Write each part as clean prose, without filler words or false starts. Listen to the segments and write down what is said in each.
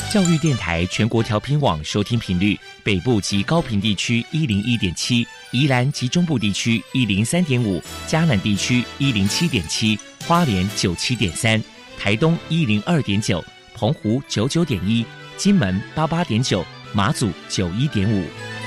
教育电台全国调频网收听频率：北部及高屏地区101.7，宜兰及中部地区103.5，嘉南地区107.7，花莲97.3，台东102.9，澎湖99.1，金门88.9，马祖91.5。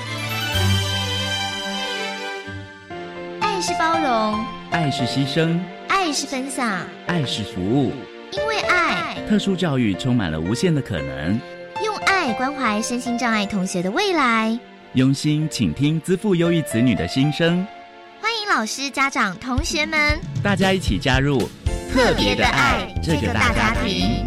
爱是包容， 爱是牺牲， 爱是分享， 爱是服务。 因为爱， 特殊教育充满了无限的可能。 用爱关怀身心障碍同学的未来， 用心倾听资赋优异子女的心声。 欢迎老师、家长、同学们， 大家一起加入特别的爱这个大家庭。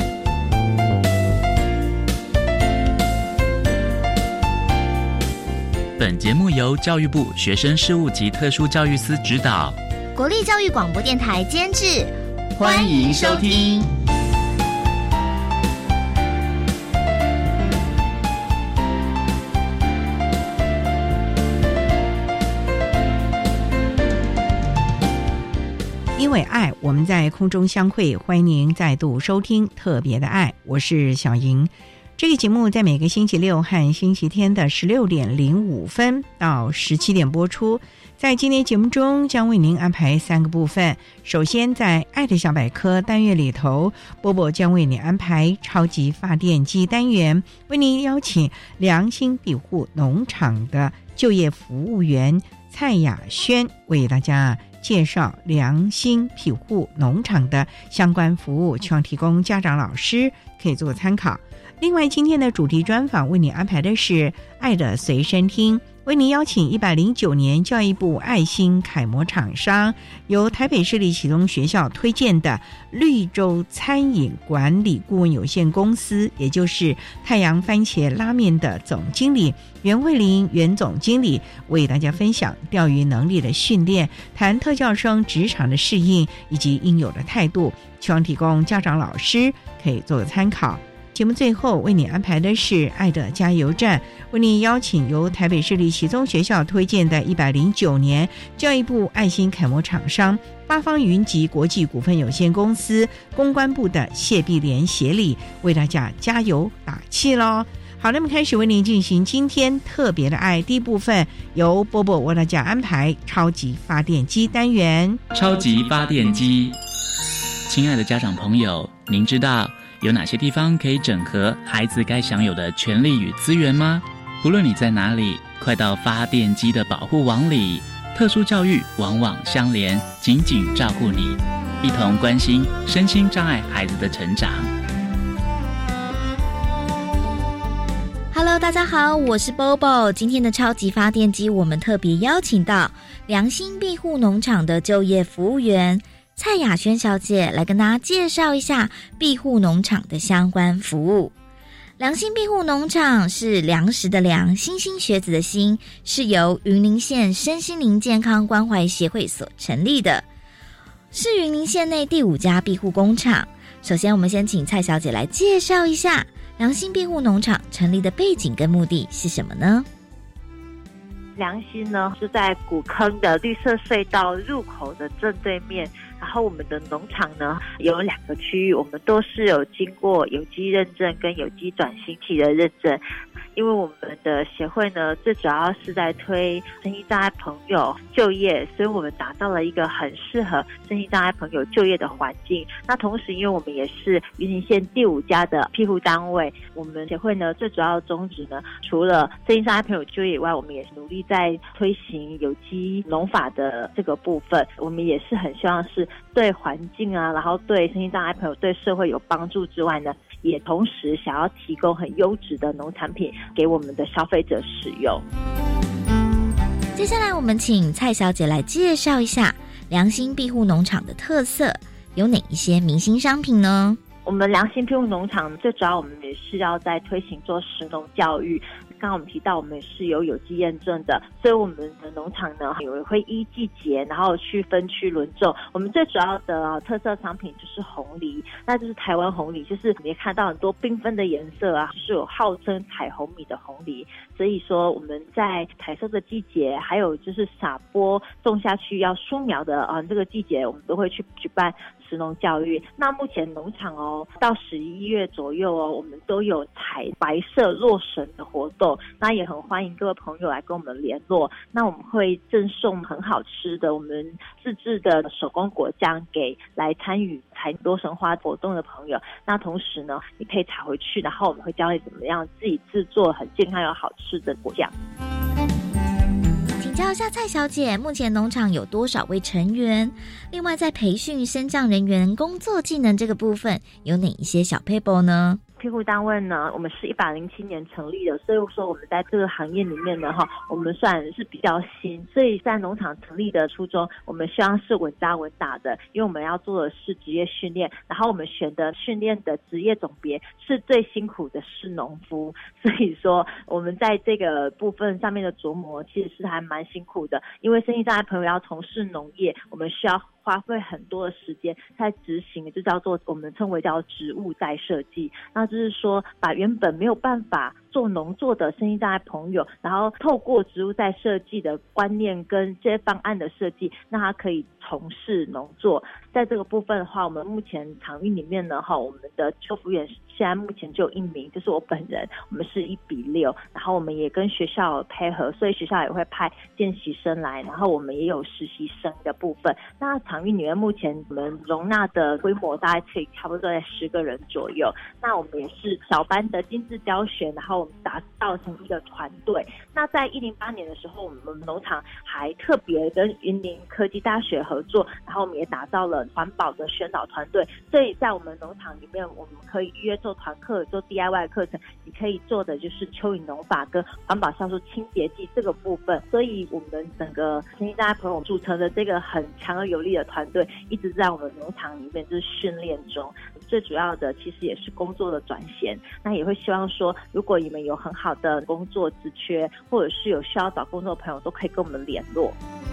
本节目由教育部学生事务及特殊教育司指导， 国立教育广播电台监制。 欢迎收听。 因为爱，我们在空中相会，欢迎您再度收听特别的爱，我是小莹。这个节目在每个星期六和星期天的16点05分到17点播出。在今天节目中将为您安排3个部分。首先在爱的小百科单元里头，波波将为你安排超级发电机单元，为您邀请良心庇护农场的就业服务员蔡雅轩为大家介绍良心庇护农场的相关服务，希望提供家长老师可以做参考。另外今天的主题专访为你安排的是爱的随身听，为您邀请109年教育部爱心楷模厂商，由台北市立启东学校推荐的绿洲餐饮管理顾问有限公司，也就是太阳番茄拉面的总经理袁慧玲袁总经理，为大家分享钓鱼能力的训练，谈特教生职场的适应以及应有的态度，希望提供家长老师可以做个参考。节目最后为你安排的是爱的加油站，为你邀请由台北市立启聪学校推荐的109年教育部爱心楷模厂商八方云集国际股份有限公司公关部的谢碧莲协理，为大家加油打气咯。好，那么开始为您进行今天特别的爱第一部分，由波波为大家安排超级发电机单元。 超级发电机，亲爱的家长朋友，您知道有哪些地方可以整合孩子该享有的权利与资源吗？无论你在哪里，快到发电机的保护网里，特殊教育网网相连，紧紧照顾你，一同关心身心障碍孩子的成长。 Hello， 大家好，我是 Bobo。今天的超级发电机，我们特别邀请到良心庇护农场的就业服务员蔡雅轩小姐来跟大家介绍一下庇护农场的相关服务。良心庇护农场是粮食的粮，莘莘学子的莘，是由云林县身心灵健康关怀协会所成立的，是云林县内第5家庇护工厂。首先我们先请蔡小姐来介绍一下良心庇护农场成立的背景跟目的是什么呢？ 良心呢是在古坑的绿色隧道入口的正对面，然后我们的农场呢有2个区域，我们都是有经过有机认证跟有机转型期的认证。因为我们的协会呢最主要是在推身心障碍朋友就业，所以我们打造了一个很适合身心障碍朋友就业的环境。那同时因为我们也是云林县第5家的庇护单位，我们协会呢最主要的宗旨呢，除了身心障碍朋友就业以外，我们也努力在推行有机农法的这个部分。我们也是很希望是对环境啊，然后对身心障碍朋友对社会有帮助之外呢，也同时想要提供很优质的农产品给我们的消费者使用。 接下来我们请蔡小姐来介绍一下良心庇护农场的特色，有哪一些明星商品呢？ 我们良心庇护农场最主要我们也是要在推行做食农教育，刚刚我们提到我们是有机验证的，所以我们的农场呢也会依季节然后去分区轮种。我们最主要的特色商品就是红梨，那就是台湾红梨，就是你也看到很多缤纷的颜色啊，就是有号称彩虹米的红梨。所以说我们在采收的季节，还有就是撒播种下去要疏苗的这个季节，我们都会去举办食农教育。那目前农场到11月左右我们都有采白色洛神的活动，那也很欢迎各位朋友来跟我们联络。那我们会赠送很好吃的我们自制的手工果酱给来参与采洛神花活动的朋友。那同时呢，你可以采回去，然后我们会教你怎么样自己制作很健康又好吃的果酱。 请教一下蔡小姐，目前农场有多少位成员？另外在培训身障人员工作技能这个部分有哪一些小撇步呢？ 庇护单位呢，我们是107年成立的，所以说我们在这个行业里面呢，我们算是比较新，所以在农场成立的初衷，我们希望是稳扎稳打的，因为我们要做的是职业训练，然后我们选的训练的职业种别是最辛苦的是农夫，所以说我们在这个部分上面的琢磨其实是还蛮辛苦的，因为身心障碍朋友要从事农业，我们需要花费很多的时间在执行，就叫做我们称为叫植物再设计。那就是说把原本没有办法做农作的身心障碍朋友，然后透过植物再设计的观念跟这些方案的设计，让他可以从事农作。在这个部分的话，我们目前场域里面呢，我们的就服员现在目前就有1名，就是我本人，我们是1:6，然后我们也跟学校配合，所以学校也会派见习生来，然后我们也有实习生的部分。那场域里面目前我们容纳的规模大概可以差不多在10个人左右。那我们也是小班的精致教学，然后我们打造成一个团队。那在108年的时候，我们农场还特别跟云林科技大学合作，然后我们也打造了环保的宣导团队。所以在我们农场里面，我们可以预约做团课、做 DIY 课程，你可以做的就是蚯蚓农法跟环保酵素清洁剂这个部分。所以我们整个身心障碍朋友组成的这个很强而有力的团队，一直在我们农场里面就是训练中。最主要的其实也是工作的转衔，那也会希望说，如果你们有很好的工作职缺，或者是有需要找工作的朋友，都可以跟我们联络。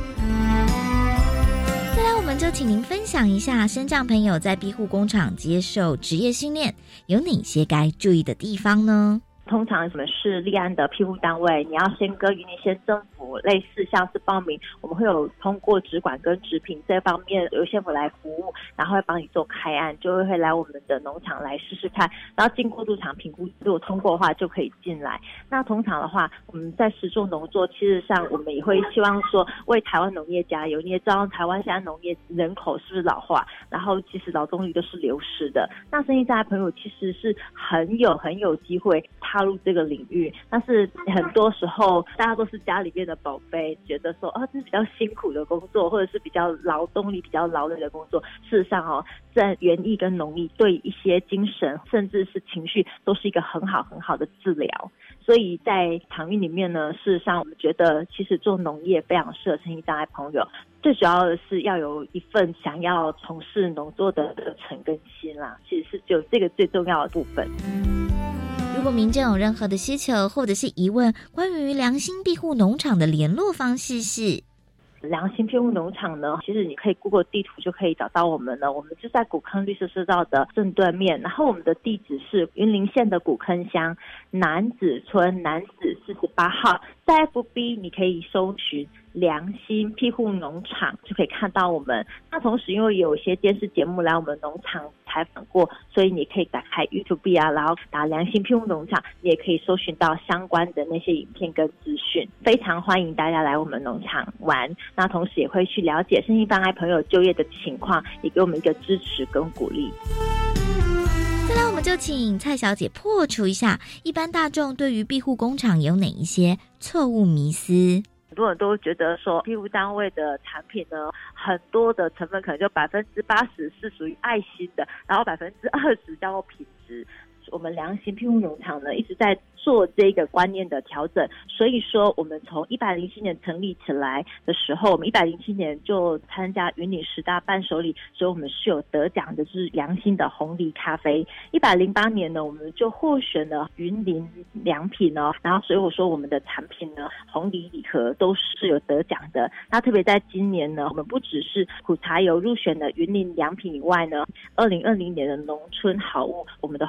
再来，我们就请您分享一下身障朋友在庇护工厂接受职业训练有哪些该注意的地方呢？ 通常我们是立案的庇护单位，你要先跟云林县政府类似像是报名，我们会有通过职管跟职评这方面由县府来服务，然后会帮你做开案，就会来我们的农场来试试看，然后经过入场评估，如果通过的话就可以进来。那通常的话，我们在实作农作，其实上我们也会希望说为台湾农业加油。你也知道台湾现在农业人口是不是老化，然后其实劳动力都是流失的，那身心障碍朋友其实是很有机会踏入这个领域，但是很多时候大家都是家里面的宝贝，觉得说这是比较辛苦的工作，或者是比较劳动力比较劳累的工作。事实上在园艺跟农艺对一些精神甚至是情绪都是一个很好的治疗。所以在场域里面呢，事实上我们觉得其实做农业非常适合身心障碍朋友，最主要的是要有一份想要从事农作的热忱跟心啦，其实是只有这个最重要的部分。 如果民众有任何的需求或者是疑问，关于良心庇护农场的联络方式是良心庇护农场呢，其实你可以 Google 地图就可以找到我们了。我们就在古坑绿色社道的正对面，然后我们的地址是云林县的古坑乡南子村南子48号。在 FB 你可以搜寻良心庇护农场就可以看到我们。那同时因为有一些电视节目来我们农场采访过，所以你可以打开 YouTube 然后打良心庇护农场，你也可以搜寻到相关的那些影片跟资讯。非常欢迎大家来我们农场玩，那同时也会去了解身心障碍朋友就业的情况，也给我们一个支持跟鼓励。 再来，我们就请蔡小姐破除一下一般大众对于庇护工厂有哪一些错误迷思。 很多人都觉得说庇护单位的产品呢，很多的成分可能就80%是属于爱心的，然后20%叫做品质。我们良心庇护农场呢一直在做这个观念的调整，所以说我们从107年成立起来的时候，我们107年就参加云林10大伴手礼，所以我们是有得奖的，就是良心的红梨咖啡。108年呢，我们就获选了云林良品然后所以我说我们的产品呢，红梨礼盒都是有得奖的。那特别在今年呢，我们不只是苦茶油入选了云林良品以外呢，2020年的农村好物，我们的红梨跟红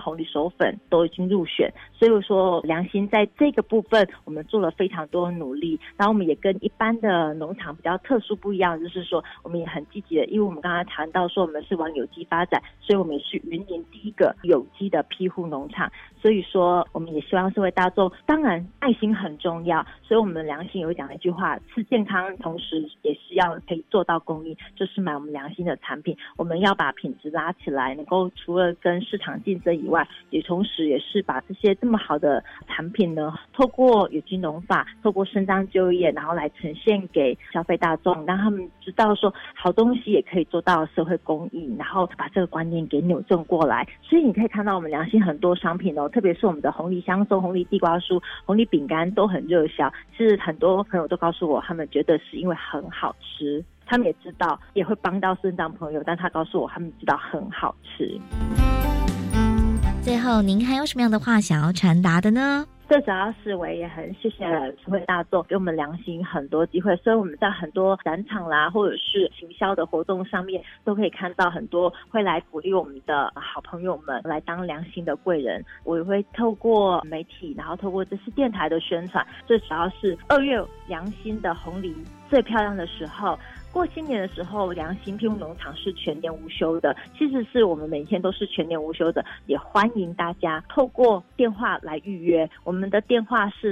红藜手粉都已经入选，所以说良心在这个部分我们做了非常多的努力。然后我们也跟一般的农场比较特殊不一样，就是说我们也很积极的，因为我们刚才谈到说我们是往有机发展，所以我们也是云林第一个有机的庇护农场。所以说我们也希望社会大众，当然爱心很重要，所以我们良心有讲一句话，吃健康同时也是要可以做到公益，就是买我们良心的产品。我们要把品质拉起来，能够除了跟市场竞争以外，也同时也是把这些这么好的产品呢，透过有机农法，透过生长就业，然后来呈现给消费大众，让他们知道说好东西也可以做到社会公益，然后把这个观念给扭正过来。所以你可以看到我们良心很多商品特别是我们的红藜香松、红藜地瓜酥、红藜饼干都很热销，是很多朋友都告诉我他们觉得是因为很好吃，他们也知道也会帮到身障朋友，但他告诉我他们知道很好吃。 最后您还有什么样的话想要传达的呢？ 最主要是我也很谢谢社会大众给我们良心很多机会，所以我们在很多展场啦或者是行销的活动上面都可以看到很多会来鼓励我们的好朋友们来当良心的贵人。我也会透过媒体，然后透过这次电台的宣传，最主要是2月良心的红藜最漂亮的时候，过新年的时候良心庇护农场是全年无休的，其实是我们每天都是全年无休的，也欢迎大家透过电话来预约。我们的电话是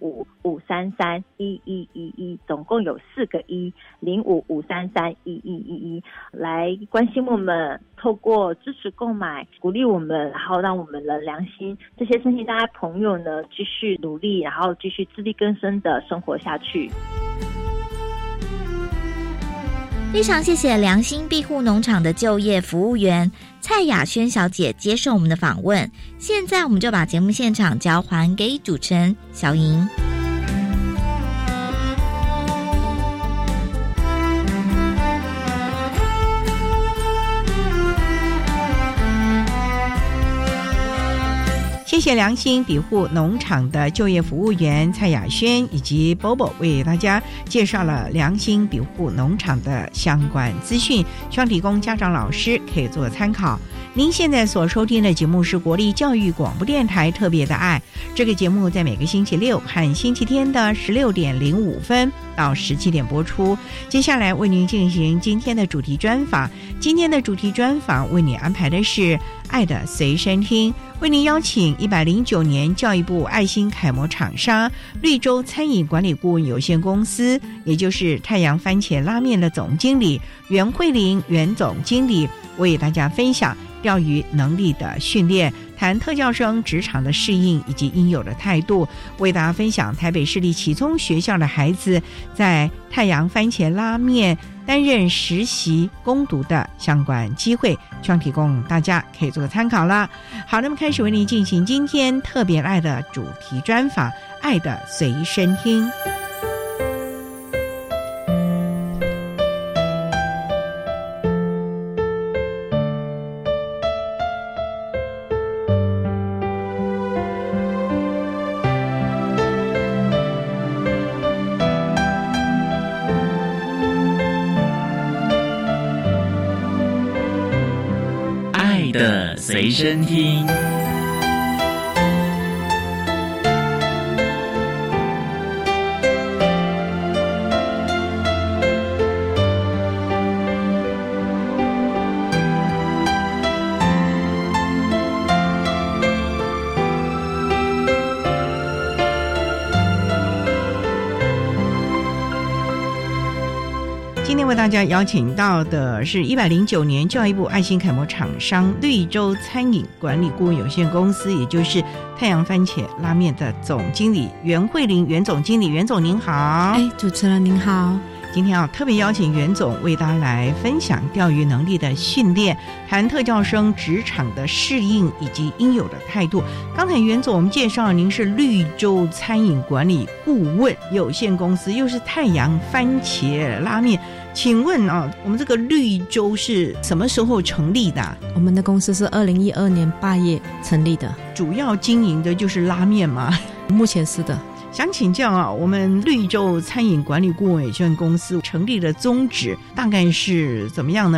05-533-1111，总共有4个1 05-533-1111，来关心我们，透过支持购买鼓励我们，然后让我们的良心这些身心障碍朋友呢继续努力，然后继续自力更生的生活下去。 非常谢谢良心庇护农场的就业服务员蔡雅轩小姐接受我们的访问。现在我们就把节目现场交还给主持人小莹。 谢谢良心庇护农场的就业服务员蔡雅轩以及 Bobo 为大家介绍了良心庇护农场的相关资讯，希望提供家长老师可以做参考。您现在所收听的节目是国立教育广播电台特别的爱，这个节目在每个星期六和星期天的16点05分到17点播出。接下来为您进行今天的主题专访，今天的主题专访为你安排的是爱的随身听，为您邀请109年教育部爱心楷模厂商绿洲餐饮管理顾问有限公司，也就是太阳番茄拉面的总经理袁慧玲袁总经理，为大家分享钓鱼能力的训练，谈特教生职场的适应以及应有的态度，为大家分享台北市立启聪学校的孩子在太阳番茄拉面担任实习攻读的相关机会，希望提供大家可以做个参考啦。好，那么开始为您进行今天特别爱的主题专访，爱的随身听。 随身听。 今天为大家邀请到的是109年教育部爱心楷模厂商绿洲餐饮管理顾问有限公司，也就是太阳番茄拉面的总经理袁慧玲袁总经理。袁总您好。 主持人您好。 今天特别邀请袁总为大家来分享钓鱼能力的训练，谈特教生职场的适应以及应有的态度。刚才袁总我们介绍您是绿洲餐饮管理顾问有限公司，又是太阳番茄拉面，请问我们这个绿洲是什么时候成立的？ 我们的公司是2012年8月成立的。 主要经营的就是拉面吗？ 目前是的。 想请教我们绿洲餐饮管理顾问有限公司成立的宗旨大概是怎么样呢？服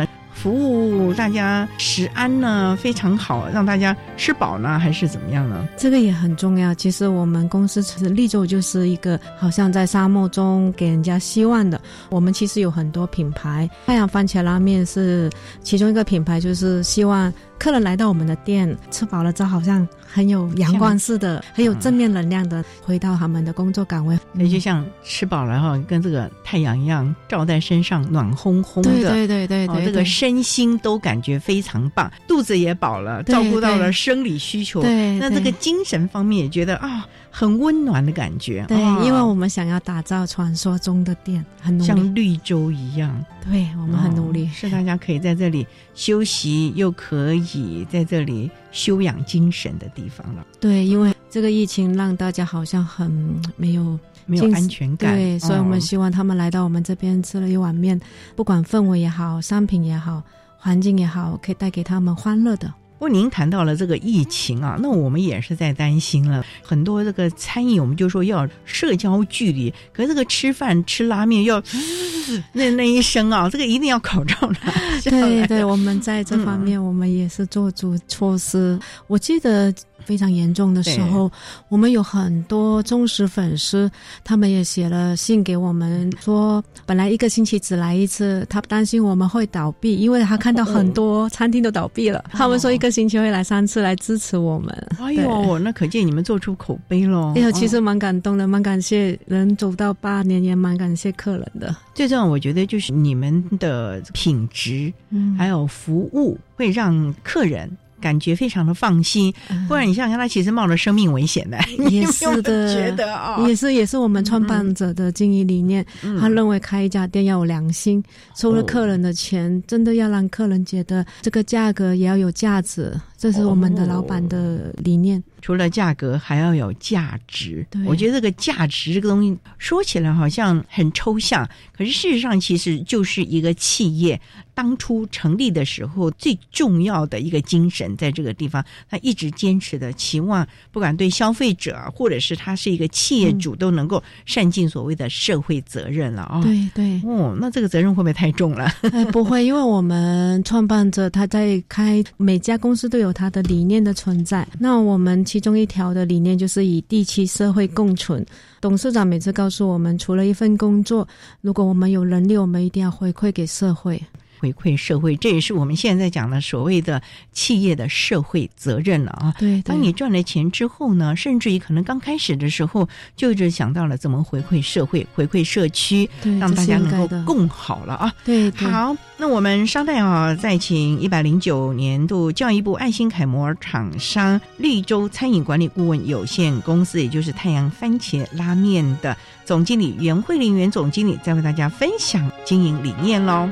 服务大家食安呢非常好，让大家吃饱呢，还是怎么样呢？ 这个也很重要。其实我们公司绿洲就是一个好像在沙漠中给人家希望的。我们其实有很多品牌，太阳番茄拉面是其中一个品牌，就是希望客人来到我们的店吃饱了之后好像很有阳光似的，很有正面能量的回到他们的工作岗位。 所以就像吃饱了哈，跟这个太阳一样照在身上，暖烘烘的。对，这个身心都感觉非常棒，肚子也饱了，照顾到了生理需求。 对， 那这个精神方面也觉得很温暖的感觉。 对，因为我们想要打造传说中的店，很努力， 像绿洲一样。 对，我们很努力， 是大家可以在这里休息，又可以在这里休养精神的地方了。 对，因为这个疫情让大家好像很没有安全感。 对，所以我们希望他们来到我们这边吃了一碗面，不管氛围也好，商品也好，环境也好，可以带给他们欢乐的。 不过您谈到了这个疫情啊，那我们也是在担心了。很多这个餐饮我们就说要社交距离，可是这个吃饭吃拉面要那一声啊，这个一定要口罩拿下来。 对，我们在这方面我们也是做足措施。我记得非常严重的时候，我们有很多忠实粉丝，他们也写了信给我们说，本来一个星期只来一次，他担心我们会倒闭，因为他看到很多餐厅都倒闭了，他们说一个星期会来3次来支持我们。 哎呦，那可见你们做出口碑咯。 哎呦，其实蛮感动的，蛮感谢能走到8年，也蛮感谢客人的。 最重要我觉得就是你们的品质还有服务会让客人感觉非常的放心，不然你想想他其实冒了生命危险的。 也是的，觉得也是我们创办者的经营理念。他认为开一家店要有良心，收了客人的钱，真的要让客人觉得这个价格也要有价值，这是我们的老板的理念。 除了价格还要有价值。我觉得这个价值这个东西说起来好像很抽象，可是事实上其实就是一个企业当初成立的时候最重要的一个精神，在这个地方他一直坚持的，期望不管对消费者或者是他是一个企业主都能够善尽所谓的社会责任了。 对那这个责任会不会太重了？ 不会，因为我们创办者他在每家公司都有他的理念的存在，那我们其中一条的理念就是以地区社会共存。董事长每次告诉我们，除了一份工作，如果我们有能力，我们一定要回馈给社会。 回馈社会，这也是我们现在讲的所谓的企业的社会责任了啊。 对， 当你赚了钱之后呢，甚至于可能刚开始的时候就一直想到了怎么回馈社会，回馈社区，让大家能够共好了啊。 对， 好，那我们稍待再请109年度教育部爱心楷模厂商绿洲餐饮管理顾问有限公司，也就是太阳番茄拉面的总经理袁慧玲袁总经理，再为大家分享经营理念咯。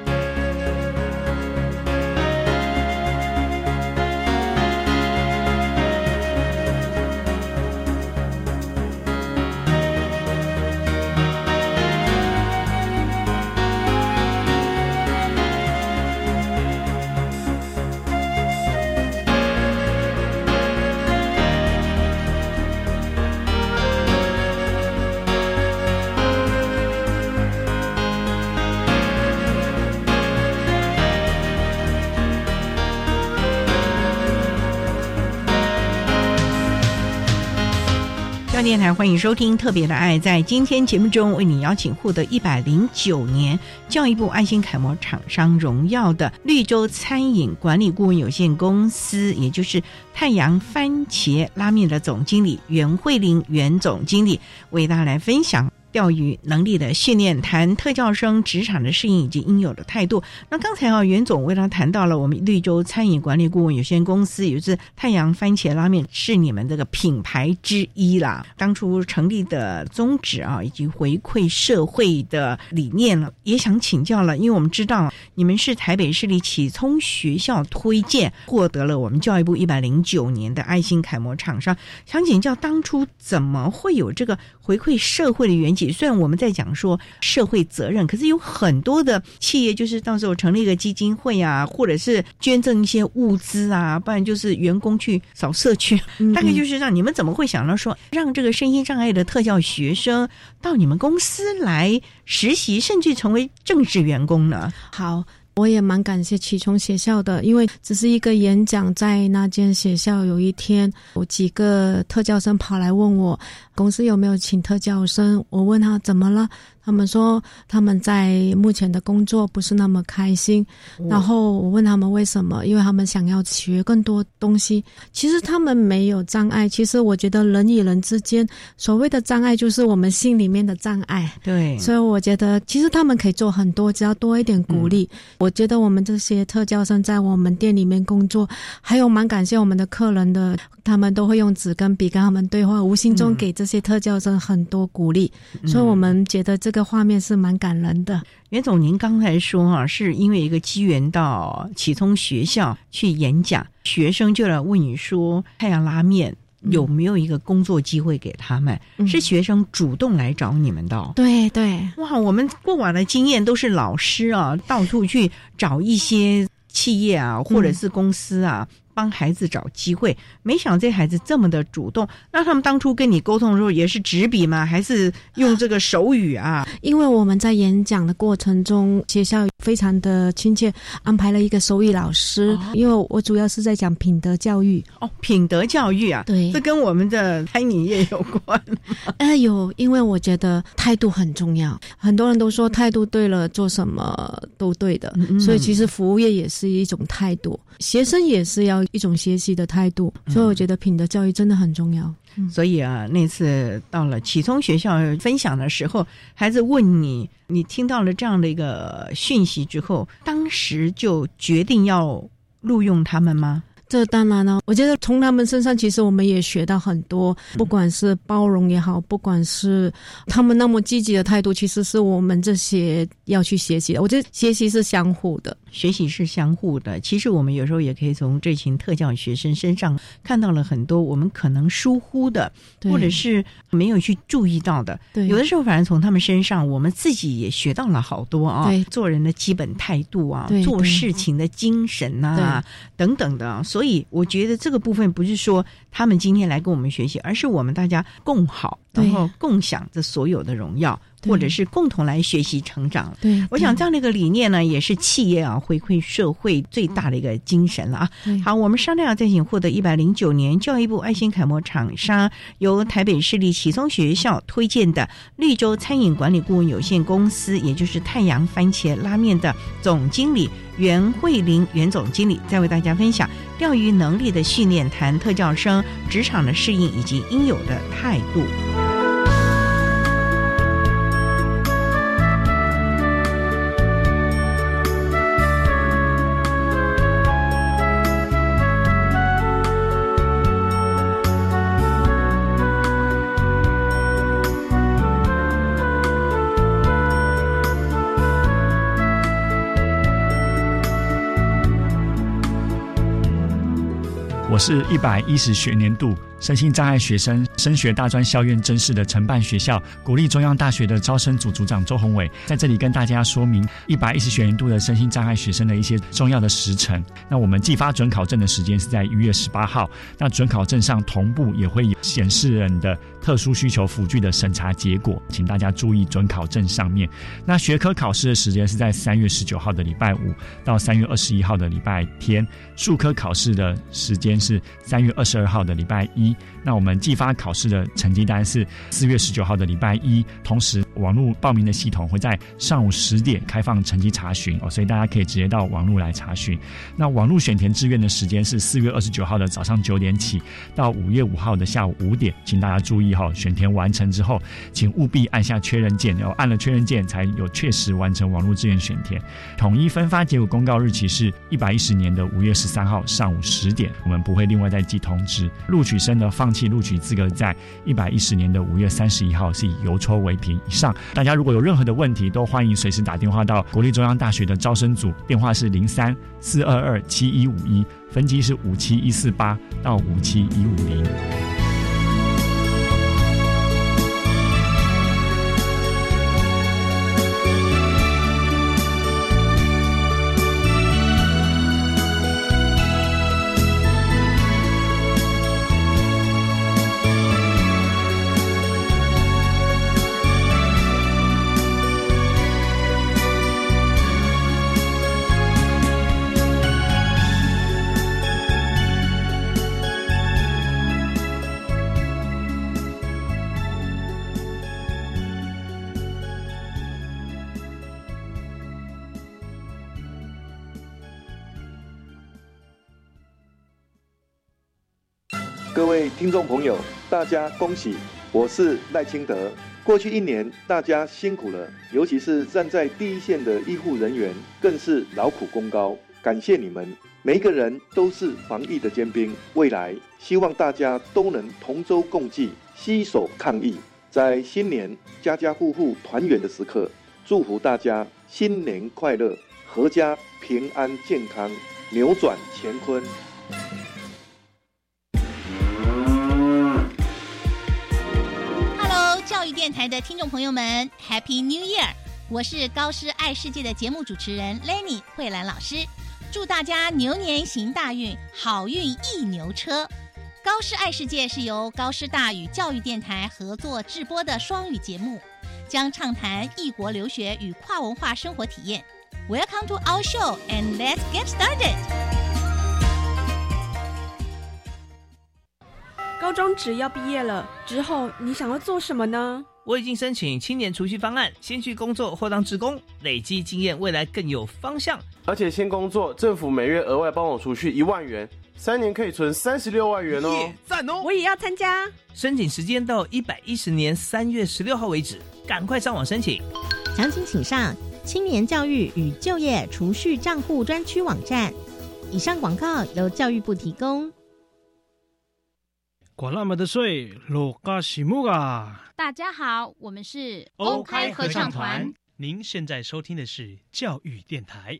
电台欢迎收听特别的爱，在今天节目中为你邀请获得109年教育部爱心楷模厂商荣耀的绿洲餐饮管理顾问有限公司，也就是太阳番茄拉面的总经理袁慧玲袁总经理，为大家来分享钓鱼能力的训练，谈特教生职场的适应以及应有的态度。那刚才袁总为他谈到了我们绿洲餐饮管理顾问有限公司，也就是太阳番茄拉面是你们这个品牌之一啦，当初成立的宗旨以及回馈社会的理念了，也想请教了，因为我们知道你们是台北市立启聪学校推荐获得了我们教育部109年的爱心楷模厂商，想请教当初怎么会有这个回馈社会的缘起？虽然我们在讲说社会责任，可是有很多的企业就是到时候成立一个基金会啊，或者是捐赠一些物资啊，不然就是员工去扫社区，大概就是让你们怎么会想到说让这个身心障碍的特教学生到你们公司来实习，甚至成为正式员工呢？ 好， 我也蛮感谢启聪学校的，因为只是一个演讲，在那间学校有一天有几个特教生跑来问我公司有没有请特教生，我问他怎么了，他们说他们在目前的工作不是那么开心，然后我问他们为什么，因为他们想要学更多东西。其实他们没有障碍，其实我觉得人与人之间所谓的障碍就是我们心里面的障碍。 对， 所以我觉得其实他们可以做很多，只要多一点鼓励。我觉得我们这些特教生在我们店里面工作，还有蛮感谢我们的客人的，他们都会用纸跟笔跟他们对话，无形中给这些特教生很多鼓励，所以我们觉得这个画面是蛮感人的。 袁总，您刚才说是因为一个机缘到启聪学校去演讲，学生就来问你说太阳拉面有没有一个工作机会给他们，是学生主动来找你们的。 对对， 哇，我们过往的经验都是老师到处去找一些企业或者是公司帮孩子找机会，没想这孩子这么的主动。那他们当初跟你沟通的时候也是纸笔吗？还是用这个手语因为我们在演讲的过程中，学校非常的亲切，安排了一个手语老师，因为我主要是在讲品德教育。 品德教育对，这跟我们的餐饮业有关有，因为我觉得态度很重要，很多人都说态度对了做什么都对的，所以其实服务业也是一种态度，学生也是要一种学习的态度，所以我觉得品德教育真的很重要。 所以那次到了启聪学校分享的时候，孩子问你听到了这样的一个讯息之后，当时就决定要录用他们吗？ 这当然了，我觉得从他们身上其实我们也学到很多，不管是包容也好，不管是他们那么积极的态度，其实是我们这些要去学习的。我觉得学习是相互的， 学习是相互的。其实我们有时候也可以从这群特教学生身上看到了很多我们可能疏忽的，或者是没有去注意到的。有的时候反而从他们身上我们自己也学到了好多做人的基本态度做事情的精神等等的。所以我觉得这个部分不是说他们今天来跟我们学习，而是我们大家共好，然后共享这所有的荣耀，或者是共同来学习成长。 对， 我想这样的一个理念呢，也是企业回馈社会最大的一个精神了好，我们商量再请获得109年教育部爱心楷模厂商，由台北市立启聪学校推荐的绿洲餐饮管理顾问有限公司，也就是太阳番茄拉面的总经理袁慧玲袁总经理，再为大家分享钓鱼能力的训练，谈特教生职场的适应以及应有的态度。 我是110学年度身心障碍学生升学大专校院甄试的承办学校国立中央大学的招生组组长周宏伟，在这里跟大家说明110学年度的身心障碍学生的一些重要的时程。那我们寄发准考证的时间是在1月18号，那准考证上同步也会有显示人的特殊需求辅具的审查结果，请大家注意准考证上面。那学科考试的时间是在3月19号的礼拜五到3月21号的礼拜天，术科考试的时间是3月22号的礼拜一。那我们寄发考试的成绩单是4月19号的礼拜一，同时网络报名的系统会在上午10点开放成绩查询所以大家可以直接到网络来查询。那网络选填志愿的时间是4月29号的早上9点起到5月5号的下午5点，请大家注意选填完成之后，请务必按下确认键，按了确认键才有确实完成网络志愿选填。统一分发结果公告日期是110年的5月13号上午10点，我们不会另外再寄通知。录取生的放弃录取资格在110年的5月31号是以邮戳为凭以上。大家如果有任何的问题，都欢迎随时打电话到国立中央大学的招生组，电话是03-422-7151，分机是57148到57150。 各位听众朋友，大家恭喜！我是赖清德。过去1年，大家辛苦了，尤其是站在第一线的医护人员，更是劳苦功高，感谢你们！每一个人都是防疫的尖兵，未来希望大家都能同舟共济，携手抗疫。在新年家家户户团圆的时刻，祝福大家新年快乐，阖家平安健康，扭转乾坤。 Hello， 教育电台的听众朋友们 ，Happy New Year！ 我是高师爱世界的节目主持人 Lenny 慧兰老师，祝大家牛年行大运，好运一牛车。高师爱世界是由高师大与教育电台合作制播的双语节目，将畅谈异国留学与跨文化生活体验。Welcome to our show and let's get started。 高中只要毕业了之后，你想要做什么呢？ 我已经申请青年储蓄方案，先去工作或当志工，累积经验，未来更有方向。 而且先工作，政府每月额外帮我储蓄1万元，3年可以存36万元哦！ 赞哦！ 我也要参加。 申请时间到110年3月16号为止，赶快上网申请。 详情请上青年教育与就业储蓄账户专区网站。以上广告由教育部提供。 管那么的水，落嘎西木啊！ 大家好，我们是欧开合唱团。 您现在收听的是教育电台。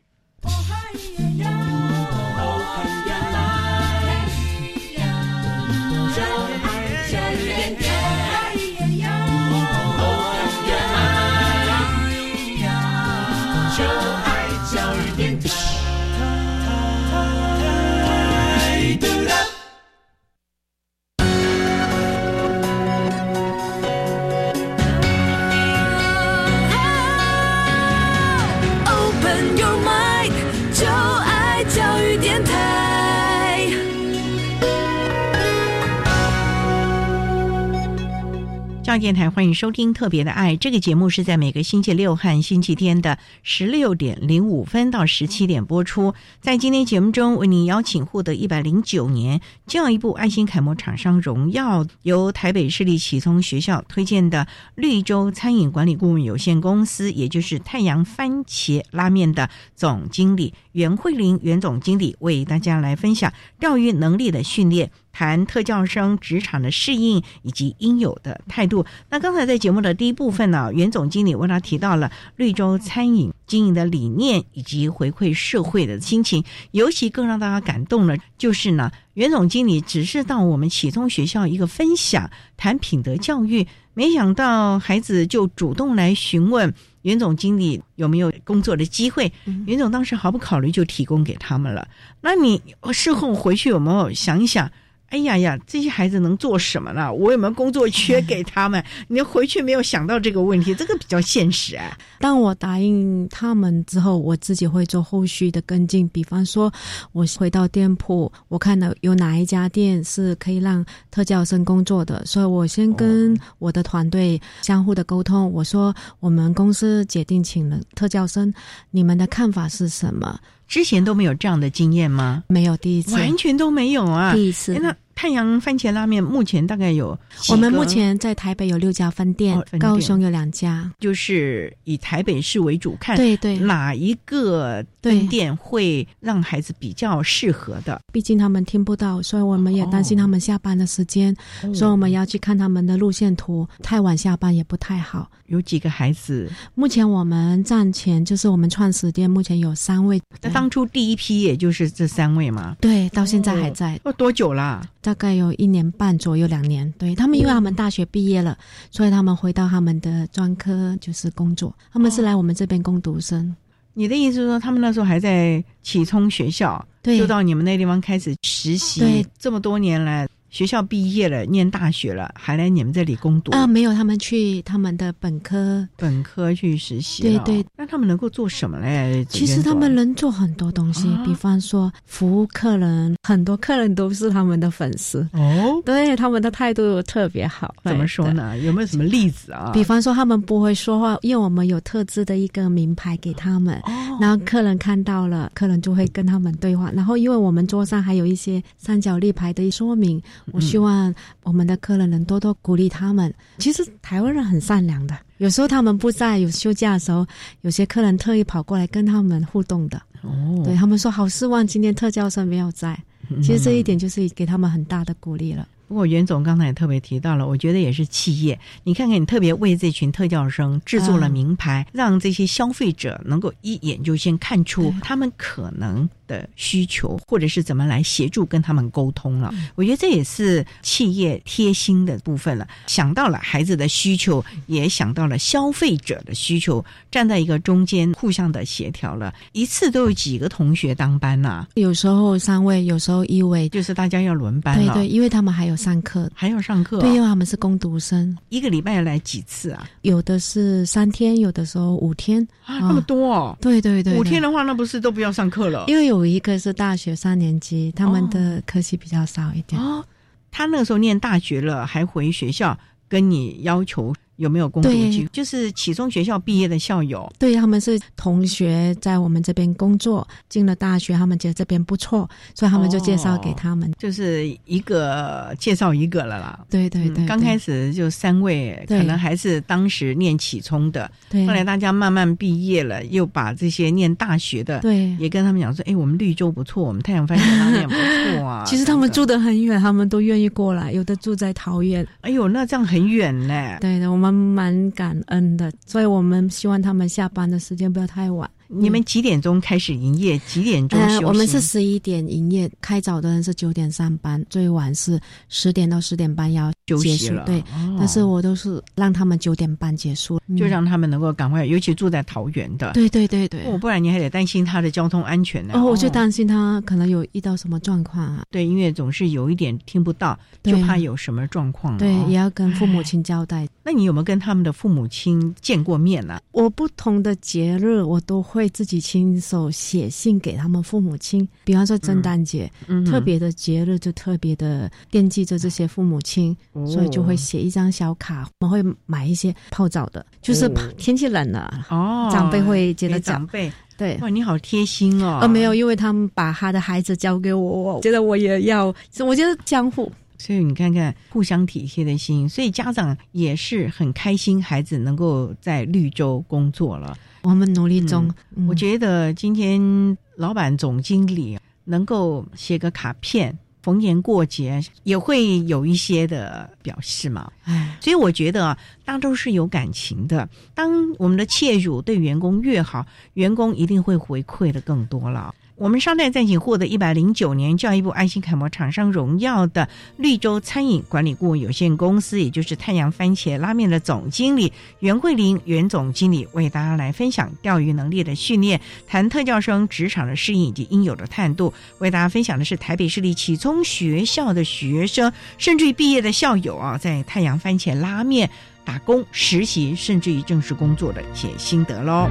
教育电台欢迎收听特别的爱，这个节目是在每个星期六和星期天的16点05分到17点播出。在今天节目中，为您邀请获得109年教育部爱心楷模厂商荣耀，由台北市立启聪学校推荐的绿洲餐饮管理顾问有限公司，也就是太阳番茄拉面的总经理袁慧玲袁总经理，为大家来分享教育能力的训练，谈特教生职场的适应以及应有的态度。那刚才在节目的第一部分呢，袁总经理为他提到了绿洲餐饮经营的理念以及回馈社会的心情，尤其更让大家感动的就是呢，袁总经理只是到我们启聪学校一个分享谈品德教育，没想到孩子就主动来询问袁总经理有没有工作的机会，袁总当时毫不考虑就提供给他们了。那你事后回去有没有想一想，哎呀呀，这些孩子能做什么呢？我有没有工作缺给他们？你回去没有想到这个问题，这个比较现实啊。 当我答应他们之后，我自己会做后续的跟进，比方说我回到店铺，我看到有哪一家店是可以让特教生工作的，所以我先跟我的团队相互的沟通，我说我们公司决定请了特教生，你们的看法是什么？ 之前都没有这样的经验吗？ 没有，第一次， 完全都没有啊！ 第一次。 那太阳番茄拉面目前大概有几个？ 我们目前在台北有6家分店，高雄有2家。 就是以台北市为主看， 对对， 哪一个分店会让孩子比较适合的？ 毕竟他们听不到，所以我们也担心他们下班的时间，所以我们要去看他们的路线图，太晚下班也不太好。 有几个孩子？ 目前我们站前就是我们创始店，目前有3位。 那当初第一批也就是这3位嘛？ 对，到现在还在。 多久啦？ 大概有1年半左右，2年。对，他们因为他们大学毕业了，所以他们回到他们的专科就是工作。他们是来我们这边攻读生。 你的意思是说，他们那时候还在启聪学校， 对， 就到你们那地方开始实习。 对， 这么多年来。学校毕业了，念大学了，还来你们这里攻读没有，他们去他们的本科去实习了。 对对， 那他们能够做什么嘞？ 其实他们能做很多东西，比方说服务客人，很多客人都是他们的粉丝哦。对， 他们的态度特别好。 怎么说呢？有没有什么例子啊？ 比方说他们不会说话，因为我们有特制的一个名牌给他们，然后客人看到了，客人就会跟他们对话。然后因为我们桌上还有一些三角立牌的说明， 我希望我们的客人能多多鼓励他们。其实台湾人很善良的，有时候他们不在，有休假的时候，有些客人特意跑过来跟他们互动的。对，他们说好失望，今天特教生没有在。其实这一点就是给他们很大的鼓励了。 不过袁总刚才也特别提到了，我觉得也是企业，你看看你特别为这群特教生制作了名牌，让这些消费者能够一眼就先看出他们可能的需求，或者是怎么来协助跟他们沟通了。我觉得这也是企业贴心的部分了，想到了孩子的需求，也想到了消费者的需求，站在一个中间互相的协调了。一次都有几个同学当班啊？ 有时候3位，有时候1位， 就是大家要轮班了。 对对，因为他们还有上课， 还要上课。 对，因为他们是工读生， 一个礼拜要来几次啊？ 有的是3天，有的时候5天啊，那么多哦。 对对对， 5天的话，那不是都不要上课了？ 因为有一个是大学3年级，他们的科系比较少一点。 他那个时候念大学了，还回学校跟你要求有没有工读机会，就是启聪学校毕业的校友。 对，他们是同学在我们这边工作，进了大学，他们觉得这边不错，所以他们就介绍给他们。 就是一个介绍一个了啦。 对对对， 刚开始就3位，可能还是当时念启聪的，后来大家慢慢毕业了，又把这些念大学的， 对， 也跟他们讲说，我们绿洲不错，我们太阳饭店拉面不错啊。 其实他们住得很远，他们都愿意过来，有的住在桃园。 哎呦，那这样很远呢。 对的，我们蛮感恩的，所以我们希望他们下班的时间不要太晚。 你们几点钟开始营业？几点钟休息？ 我们是11点营业，开早的人是9点上班，最晚是10点到10点半要结束。对，但是我都是让他们9点半结束， 就让他们能够赶快，尤其住在桃园的。 对对对对， 不然你还得担心他的交通安全呢。 我就担心他可能有遇到什么状况啊。 对，因为总是有一点听不到，就怕有什么状况。 对，也要跟父母亲交代。 那你有没有跟他们的父母亲见过面呢？ 我不同的节日我都会自己亲手写信给他们父母亲，比方说圣诞节，特别的节日就特别的惦记着这些父母亲，所以就会写一张小卡。我们会买一些泡澡的，就是天气冷了，长辈会觉得长辈。 对， 哇，你好贴心哦！ 没有，因为他们把他的孩子交给我，觉得我也要，我觉得相互。 所以你看看互相体贴的心，所以家长也是很开心孩子能够在绿洲工作了。 我们努力中。 我觉得今天老板总经理能够写个卡片，逢年过节也会有一些的表示嘛。所以我觉得大都是有感情的，当我们的切入对员工越好，员工一定会回馈的更多了。我们稍待暂请获得109年教育部爱心楷模厂商荣耀的绿洲餐饮管理顾问有限公司，也就是太阳番茄拉面的总经理袁慧玲袁总经理，为大家来分享钓鱼能力的训练，谈特教生职场的适应以及应有的态度。为大家分享的是台北市立启聪学校的学生，甚至于毕业的校友在太阳番茄拉面打工实习，甚至于正式工作的一些心得咯。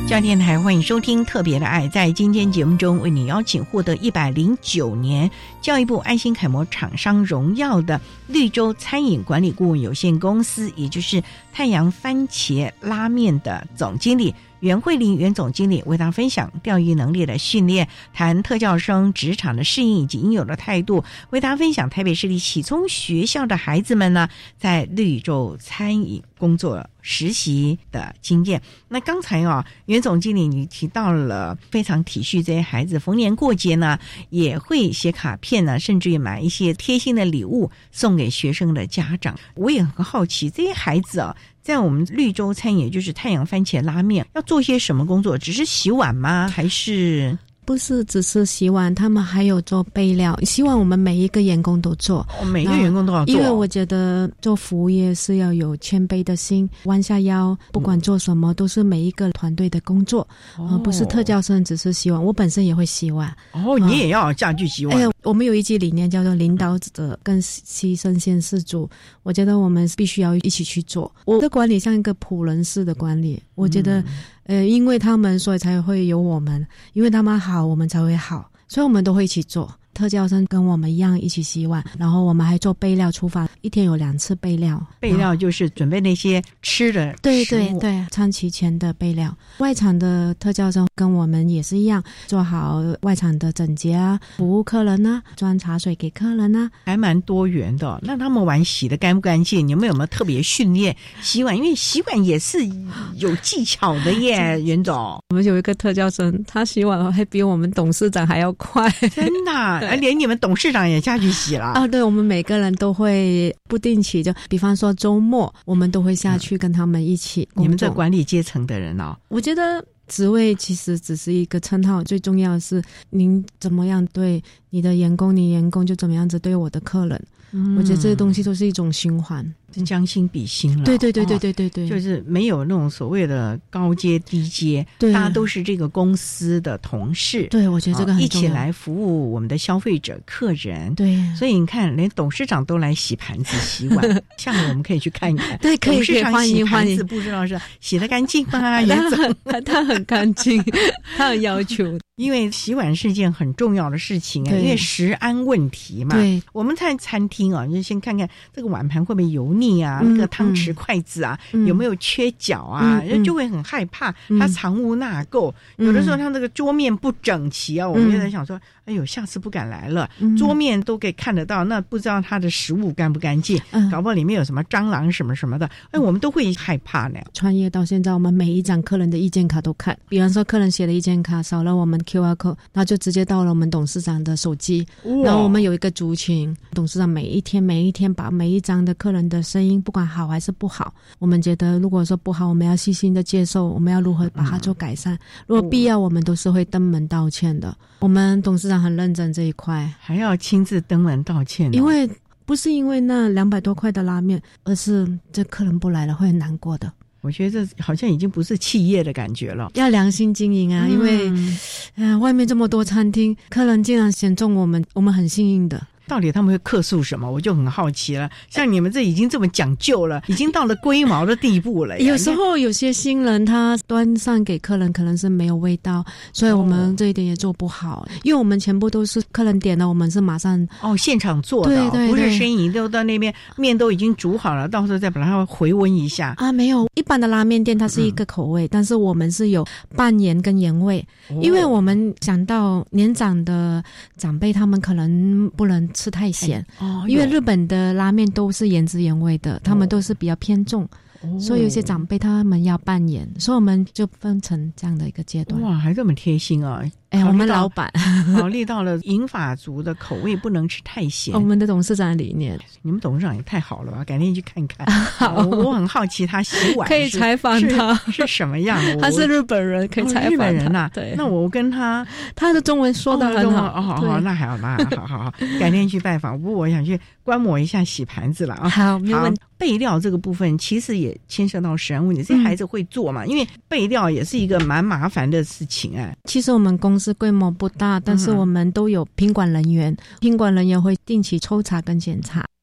教育电台，欢迎收听特别的爱。在今天节目中，为你邀请获得109年教育部爱心楷模厂商荣耀的绿洲餐饮管理顾问有限公司，也就是太阳番茄拉面的总经理袁慧玲袁总经理，为大家分享钓鱼能力的训练，谈特教生职场的适应以及应有的态度，为大家分享台北市立启聪学校的孩子们呢，在绿洲餐饮工作实习的经验。那刚才袁总经理你提到了非常体恤这些孩子，逢年过节呢也会写卡片呢，甚至于买一些贴心的礼物送给学生的家长。我也很好奇，这些孩子在我们绿洲餐饮，也就是太阳番茄拉面，要做些什么工作？只是洗碗吗？还是？ 不是只是洗碗，他们还有做备料。希望我们每一个员工都做， 每个员工都要做。 因为我觉得做服务业是要有谦卑的心，弯下腰，不管做什么都是每一个团队的工作，不是特教生只是洗碗。我本身也会洗碗。 你也要家具洗碗。 我们有一句理念叫做领导者跟牺牲先事主，我觉得我们必须要一起去做。我的管理像一个仆人式的管理，我觉得因为他们所以才会有我们，因为他们好我们才会好，所以我们都会一起做。特教生跟我们一样一起洗碗，然后我们还做备料厨房，一天有2次备料。 备料就是准备那些吃的对对对，餐期前的备料。外场的特教生跟我们也是一样，做好外场的整洁啊，服务客人啊，装茶水给客人啊， 还蛮多元的。那他们碗洗的干不干净？你们有没有特别训练洗碗？因为洗碗也是有技巧的耶，袁总。 我们有一个特教生，他洗碗还比我们董事长还要快， 真的。连你们董事长也下去洗了对，我们每个人都会不定期，就比方说周末我们都会下去跟他们一起工作。 你们这管理阶层的人我觉得职位其实只是一个称号，最重要的是您怎么样对你的员工，你员工就怎么样子对我的客人。我觉得这些东西都是一种循环， 将心比心了。 对对对对对对对， 就是没有那种所谓的高阶低阶，大家都是这个公司的同事。 对，我觉得这个很重要， 一起来服务我们的消费者客人。 对， 所以你看，连董事长都来洗盘子洗碗，下面我们可以去看一看。 对，可以欢迎欢迎。 不知道是洗得干净吗？ 他很干净，他很要求。 因为洗碗是件很重要的事情因为食安问题嘛。 对， 我们在餐厅就先看看这个碗盘会不会油腻啊，那个汤匙筷子啊有没有缺角啊，就会很害怕它藏污纳垢。有的时候它这个桌面不整齐啊，我们也在想说哎呦下次不敢来了，桌面都可以看得到，那不知道它的食物干不干净，搞不好里面有什么蟑螂什么什么的，我们都会害怕呢。 创业到现在，我们每一张客人的意见卡都看，比方说客人写的意见卡少了我们QR code， 然后就直接到了我们董事长的手机，然后我们有一个族群，董事长每一天把每一张的客人的声音不管好还是不好，我们觉得如果说不好我们要细心的接受，我们要如何把它做改善，如果必要我们都是会登门道歉的。我们董事长很认真这一块， 还要亲自登门道歉因为不是因为那200多块的拉面，而是这客人不来了会很难过的。 我觉得这好像已经不是企业的感觉了， 要良心经营啊，因为外面这么多餐厅，客人竟然选中我们很幸运的。 到底他们会客诉什么？我就很好奇了。像你们这已经这么讲究了，已经到了龟毛的地步了。 有时候有些新人他端上给客人可能是没有味道，所以我们这一点也做不好。因为我们全部都是客人点了，我们是马上现场做的，对对对，不是生意都到那边面都已经煮好了，到时候再把它回温一下没有，一般的拉面店它是一个口味，但是我们是有半盐跟盐味，因为我们想到年长的长辈他们可能不能吃太咸因为日本的拉面都是原汁原味的，他们都是比较偏重所以有些长辈他们要半盐，所以我们就分成这样的一个阶段。 哇，还这么贴心我们老板考虑到了银发族的口味不能吃太咸我们的董事长的理念。 你们董事长也太好了吧，改天去看看我很好奇他洗碗可以采访他是什么样的他是日本人，可以采访他日本人对， 那我跟他的中文说得很好好，那还好好改天去拜访。不过我想去观摩一下洗盘子了好，没问题。 备料这个部分其实也牵涉到食安问题，这些孩子会做嘛因为备料也是一个蛮麻烦的事情其实我们公司规模不大，但是我们都有品管人员，品管人员会定期抽查跟检查。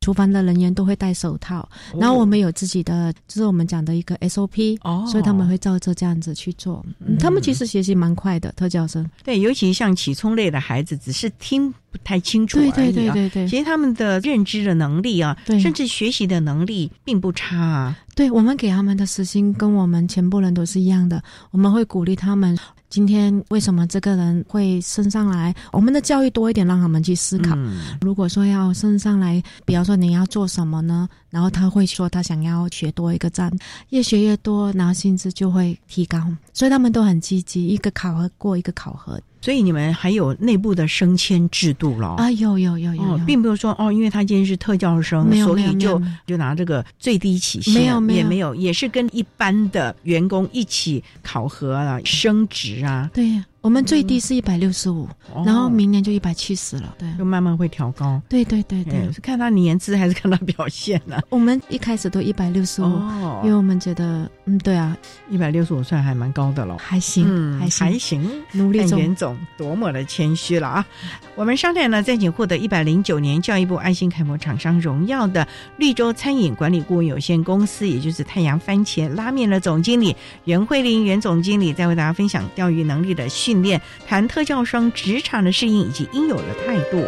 厨房的人员都会戴手套，然后我们有自己的就是我们讲的一个 SOP，所以他们会照着这样子去做。他们其实学习蛮快的，特教生。 对，尤其像启聪类的孩子，只是听不太清楚而已啊。对，其实他们的认知的能力啊，甚至学习的能力并不差啊。 对，我们给他们的时薪跟我们全部人都是一样的，我们会鼓励他们今天为什么这个人会升上来，我们的教育多一点让他们去思考。如果说要升上来，比方说你要做什么呢，然后他会说他想要学多一个站，越学越多，然后薪资就会提高，所以他们都很积极，一个考核过一个考核。 所以你们还有内部的升迁制度了啊？有， 并不是说因为他今天是特教生，所以就拿这个最低起薪，也没有，也是跟一般的员工一起考核啊，升职啊。 对，我们最低是165，然后明年就170了，对， 就慢慢会调高。 对， 是看他年资还是看他表现呢？ 我们一开始都165，因为我们觉得，对啊 ，165算还蛮高的了， 还行， 还行， 努力中。 袁总多么的谦虚了啊！我们商台呢，再请获得109年教育部爱心楷模厂商荣耀的绿洲餐饮管理顾问有限公司，也就是太阳番茄拉面的总经理袁慧玲袁总经理，再为大家分享钓鱼能力的训练，谈特教生职场的适应以及应有的态度。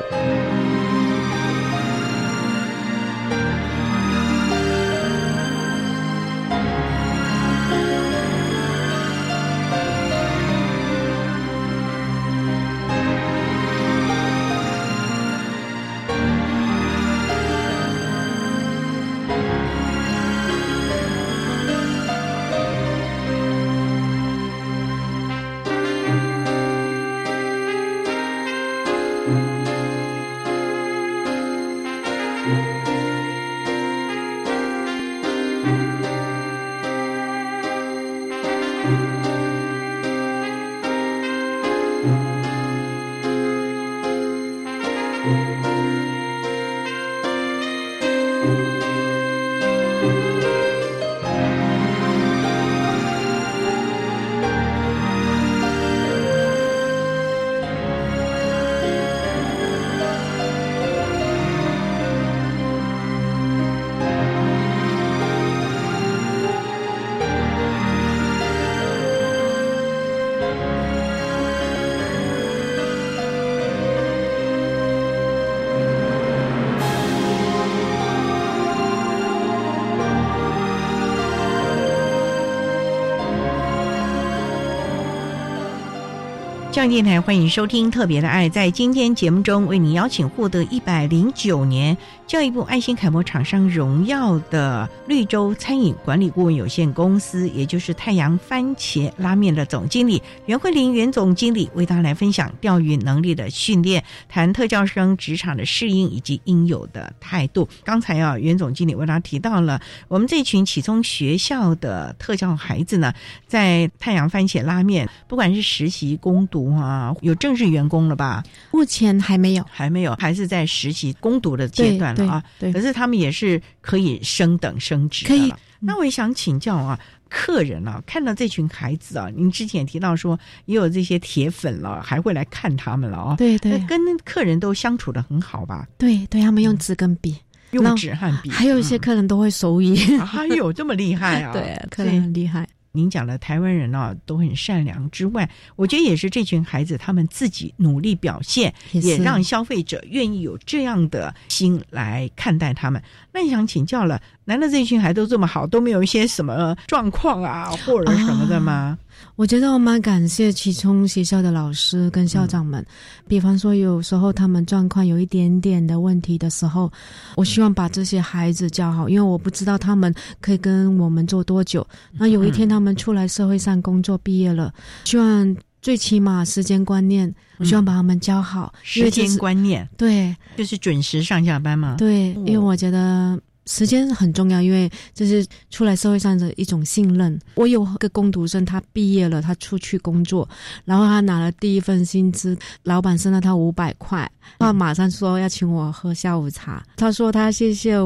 教育电台欢迎收听特别的爱，在今天节目中为你邀请获得109年教育部爱心楷模厂商荣耀的绿洲餐饮管理顾问有限公司，也就是太阳番茄拉面的总经理袁慧玲袁总经理，为大家来分享钓鱼能力的训练，谈特教生职场的适应以及应有的态度。刚才袁总经理为大家提到了我们这群启聪学校的特教孩子呢，在太阳番茄拉面不管是实习攻读有正式员工了吧？ 目前还没有， 还是在实习攻读的阶段了啊。 对， 可是他们也是可以升等升职的了。那我也想请教客人看到这群孩子您之前也提到说也有这些铁粉了，还会来看他们了对， 跟客人都相处得很好吧？ 对，他们用纸跟笔。 用纸和笔， 还有一些客人都会手语。 还有这么厉害啊？ 对，客人很厉害。 您讲的台湾人都很善良之外，我觉得也是这群孩子他们自己努力表现，也让消费者愿意有这样的心来看待他们。那你想请教了，难道这群孩子都这么好，都没有一些什么状况或者什么的吗？ 我觉得我蛮感谢启聪学校的老师跟校长们，比方说有时候他们状况有一点点的问题的时候，我希望把这些孩子教好，因为我不知道他们可以跟我们做多久。那有一天他们出来社会上工作毕业了，希望最起码时间观念，我希望把他们教好。 时间观念， 对， 就是准时上下班嘛。 对，因为我觉得时间很重要，因为这是出来社会上的一种信任。我有个工读生，他毕业了，他出去工作，然后他拿了第一份薪资，老板升了他500块，他马上说要请我喝下午茶。他说他谢谢我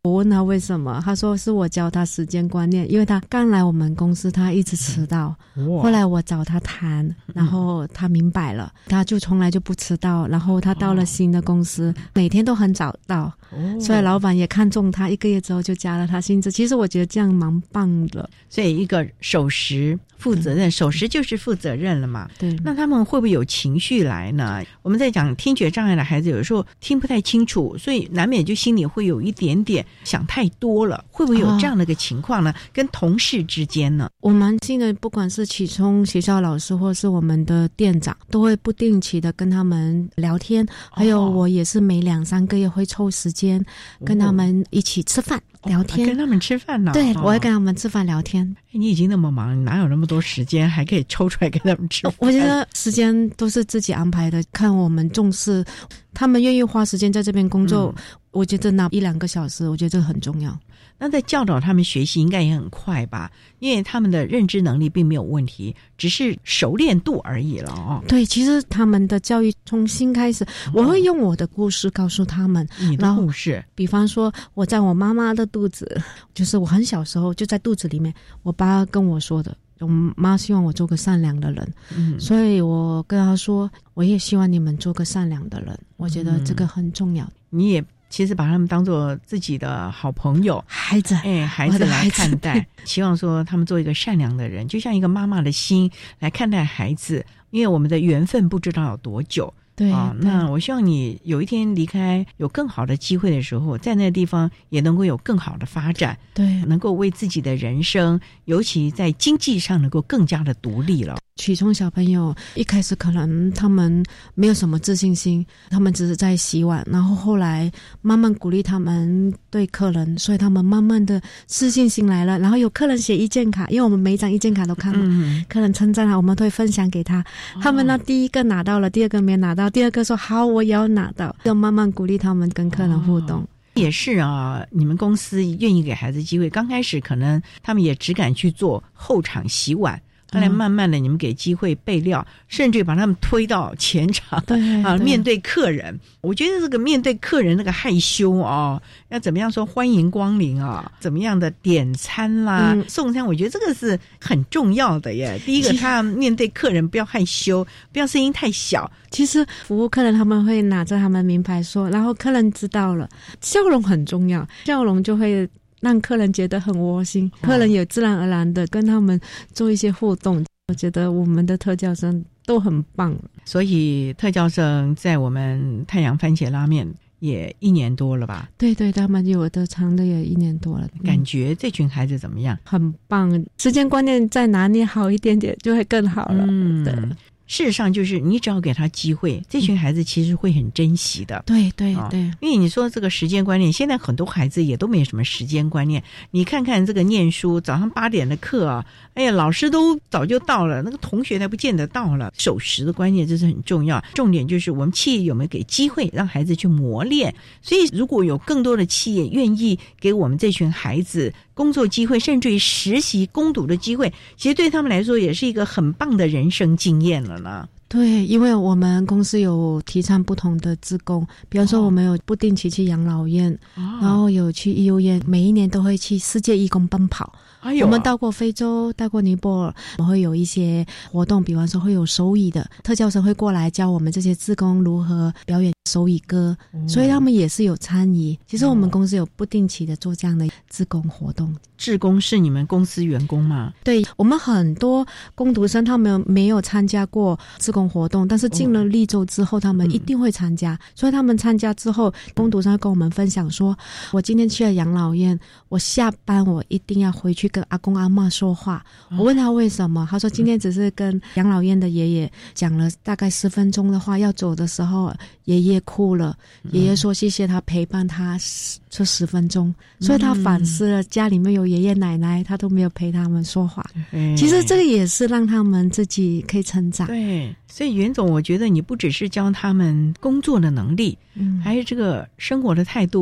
我问他为什么，他说是我教他时间观念，因为他刚来我们公司他一直迟到，后来我找他谈，然后他明白了，他就从来就不迟到，然后他到了新的公司每天都很早到，所以老板也看中他，1个月之后就加了他薪资。其实我觉得这样蛮棒的。 所以一个守时负责任，守时就是负责任了嘛。 对， 那他们会不会有情绪来呢？我们在讲听觉障碍的孩子有时候听不太清楚，所以难免就心里会有一点点想太多了，会不会有这样的一个情况呢？跟同事之间呢？ 我们现在不管是启聪学校老师或是我们的店长，都会不定期的跟他们聊天，还有我也是每2-3个月会抽时间跟他们一起吃饭聊天， 跟他们吃饭呢？ 对，我会跟他们吃饭聊天。 你已经那么忙，你哪有那么多时间还可以抽出来跟他们吃饭？ 我觉得时间都是自己安排的，看我们重视他们愿意花时间在这边工作，我觉得那1-2个小时，我觉得这个很重要。 那在教导他们学习应该也很快吧，因为他们的认知能力并没有问题，只是熟练度而已了哦。 对，其实他们的教育从新开始，我会用我的故事告诉他们。 你的故事， 比方说我在我妈妈的肚子，就是我很小时候就在肚子里面，我爸跟我说的，我妈希望我做个善良的人，所以我跟他说，我也希望你们做个善良的人，我觉得这个很重要。 你也其实把他们当作自己的好朋友、 孩子来看待，希望说他们做一个善良的人，就像一个妈妈的心来看待孩子，因为我们的缘分不知道有多久。 对那我希望你有一天离开有更好的机会的时候，在那个地方也能够有更好的发展， 对， 能够为自己的人生，尤其在经济上能够更加的独立了。 启聪小朋友一开始可能他们没有什么自信心，他们只是在洗碗，然后后来慢慢鼓励他们对客人，所以他们慢慢的自信心来了。然后有客人写意见卡，因为我们每一张意见卡都看了，客人称赞他，我们都会分享给他。他们呢，第一个拿到了，第二个没拿到，第二个说好我也要拿到，要慢慢鼓励他们跟客人互动。 也是啊，你们公司愿意给孩子机会，刚开始可能他们也只敢去做后场洗碗，后来慢慢的你们给机会备料，甚至把他们推到前场， 对啊，面对客人。我觉得这个面对客人那个害羞啊，要怎么样说欢迎光临啊，怎么样的点餐啦、送餐，我觉得这个是很重要的耶。第一个，他面对客人不要害羞，不要声音太小。 其实服务客人他们会拿着他们名牌说，然后客人知道了，笑容很重要，笑容就会让客人觉得很窝心，客人也自然而然的跟他们做一些互动。我觉得我们的特教生都很棒， 所以特教生在我们太阳番茄拉面也1年多了吧？ 对对，他们有的长的也1年多了。 感觉这群孩子怎么样？ 很棒，时间观念再拿捏好一点点就会更好了。对。 事实上就是你只要给他机会，这群孩子其实会很珍惜的。 对对对， 因为你说这个时间观念，现在很多孩子也都没有什么时间观念。你看看这个念书，早上8点的课啊，哎呀，老师都早就到了，那个同学才不见得到了。守时的观念这是很重要，重点就是我们企业有没有给机会让孩子去磨练。所以如果有更多的企业愿意给我们这群孩子工作机会，甚至于实习攻读的机会，其实对他们来说也是一个很棒的人生经验了呢。 对，因为我们公司有提倡不同的志工，比方说我们有不定期去养老院，然后有去义幼院，每一年都会去世界义工奔跑。我们到过非洲，到过尼泊尔，我们会有一些活动，比方说会有手语的特教生会过来教我们这些志工如何表演手语歌，所以他们也是有参与。其实我们公司有不定期的做这样的志工活动。 志工是你们公司员工吗？ 对，我们很多工读生他们没有参加过志工活动，但是进了立州之后他们一定会参加，所以他们参加之后，工读生会跟我们分享说，我今天去了养老院，我下班我一定要回去跟阿公阿嬷说话。我问他为什么，他说今天只是跟养老院的爷爷讲了大概10分钟的话，要走的时候爷爷哭了，爷爷说谢谢他陪伴他这10分钟，所以他反思了家里面有爷爷奶奶他都没有陪他们说话。其实这个也是让他们自己可以成长。 对，所以袁总，我觉得你不只是教他们工作的能力，还有这个生活的态度，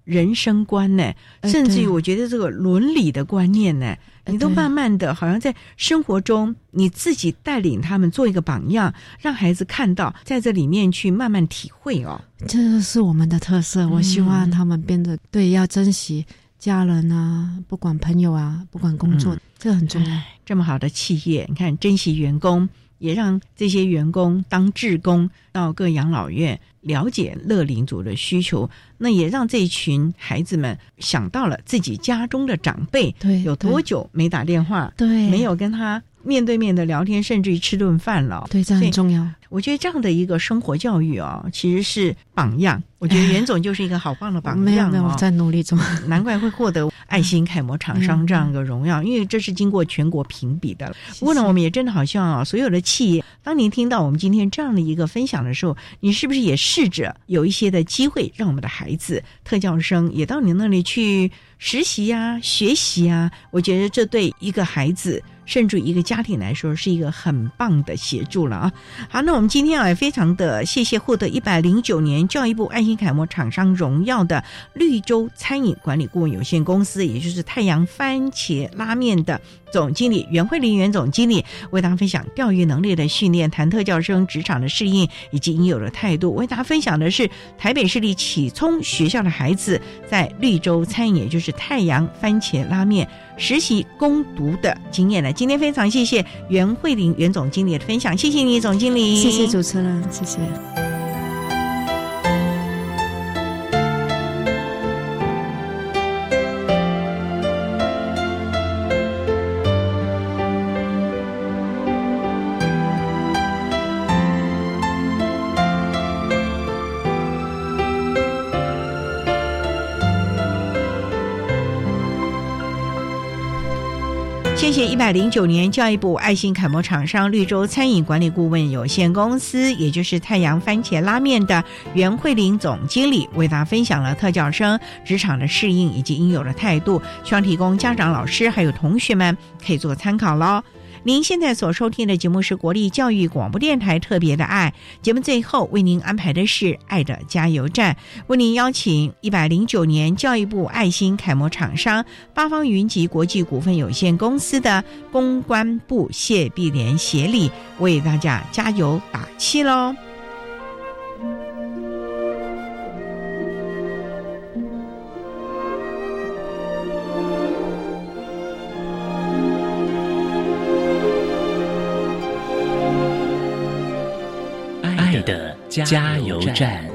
人生观呢，甚至于我觉得这个伦理的观念呢，你都慢慢的好像在生活中你自己带领他们做一个榜样，让孩子看到，在这里面去慢慢体会哦。 这是我们的特色，我希望他们变得对，要珍惜家人啊，不管朋友啊，不管工作，这很重要。 这么好的企业，你看珍惜员工，也让这些员工当志工到各养老院了解乐龄族的需求，那也让这一群孩子们想到了自己家中的长辈，对，有多久没打电话，对，没有跟他面对面的聊天，甚至于吃顿饭了， 对，这很重要。 我觉得这样的一个生活教育哦，其实是榜样。我觉得袁总就是一个好棒的榜样没有在努力中， 难怪会获得爱心楷模厂商这样一个荣耀，因为这是经过全国评比的。不过呢，我们也真的好像所有的企业，当您听到我们今天这样的一个分享的时候，你是不是也试着有一些的机会，让我们的孩子、特教生也到你那里去实习啊、学习啊？我觉得这对一个孩子，甚至一个家庭来说是一个很棒的协助了啊！好，那我们今天也非常的谢谢获得109年教育部爱心楷模厂商荣耀的绿洲餐饮管理顾问有限公司，也就是太阳番茄拉面的总经理袁慧玲袁总经理，为大家分享教育能力的训练、谈特教生职场的适应以及应有的态度。为大家分享的是台北市立启聪学校的孩子在绿洲餐饮，也就是太阳番茄拉面实习攻读的经验了。今天非常谢谢袁慧玲袁总经理的分享，谢谢你总经理。 谢谢主持人，谢谢。 谢谢109年教育部爱心楷模厂商绿洲餐饮管理顾问有限公司，也就是太阳番茄拉面的袁慧玲总经理，为大家分享了特教生职场的适应以及应有的态度，希望提供家长、老师还有同学们可以做参考咯。您现在所收听的节目是国立教育广播电台特别的爱节目，最后为您安排的是爱的加油站，为您邀请109年教育部爱心楷模厂商八方云集国际股份有限公司的公关部谢碧莲协理为大家加油打气咯。 的加油站。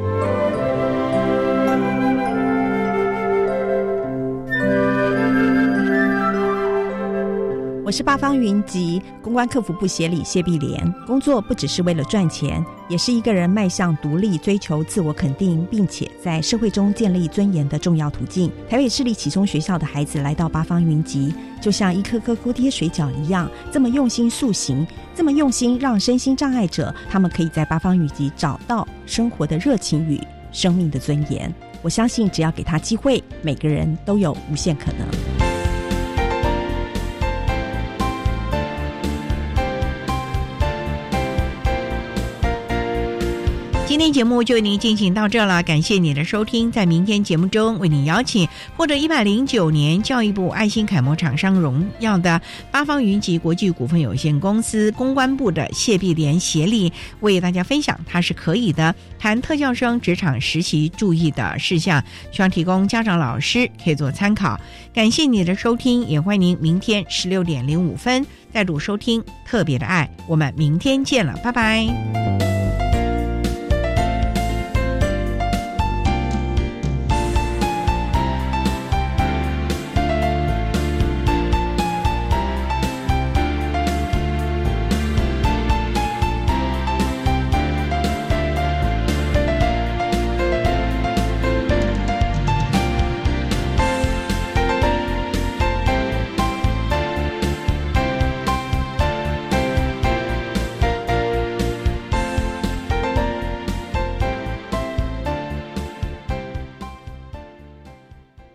我是八方云集公关客服部协理谢碧莲。工作不只是为了赚钱，也是一个人迈向独立、追求自我肯定，并且在社会中建立尊严的重要途径。台北市立启聪学校的孩子来到八方云集，就像一颗颗锅贴水饺一样，这么用心塑形，这么用心让身心障碍者他们可以在八方云集找到生活的热情与生命的尊严。我相信只要给他机会，每个人都有无限可能。 今天节目就为您进行到这了，感谢你的收听。在明天节目中，为您邀请获得109年教育部爱心楷模厂商荣耀的八方云集国际股份有限公司公关部的谢碧莲协理，为大家分享它是可以的谈特教生职场实习注意的事项，希望提供家长老师可以做参考。感谢你的收听，也欢迎您明天16:05再度收听特别的爱，我们明天见了，拜拜。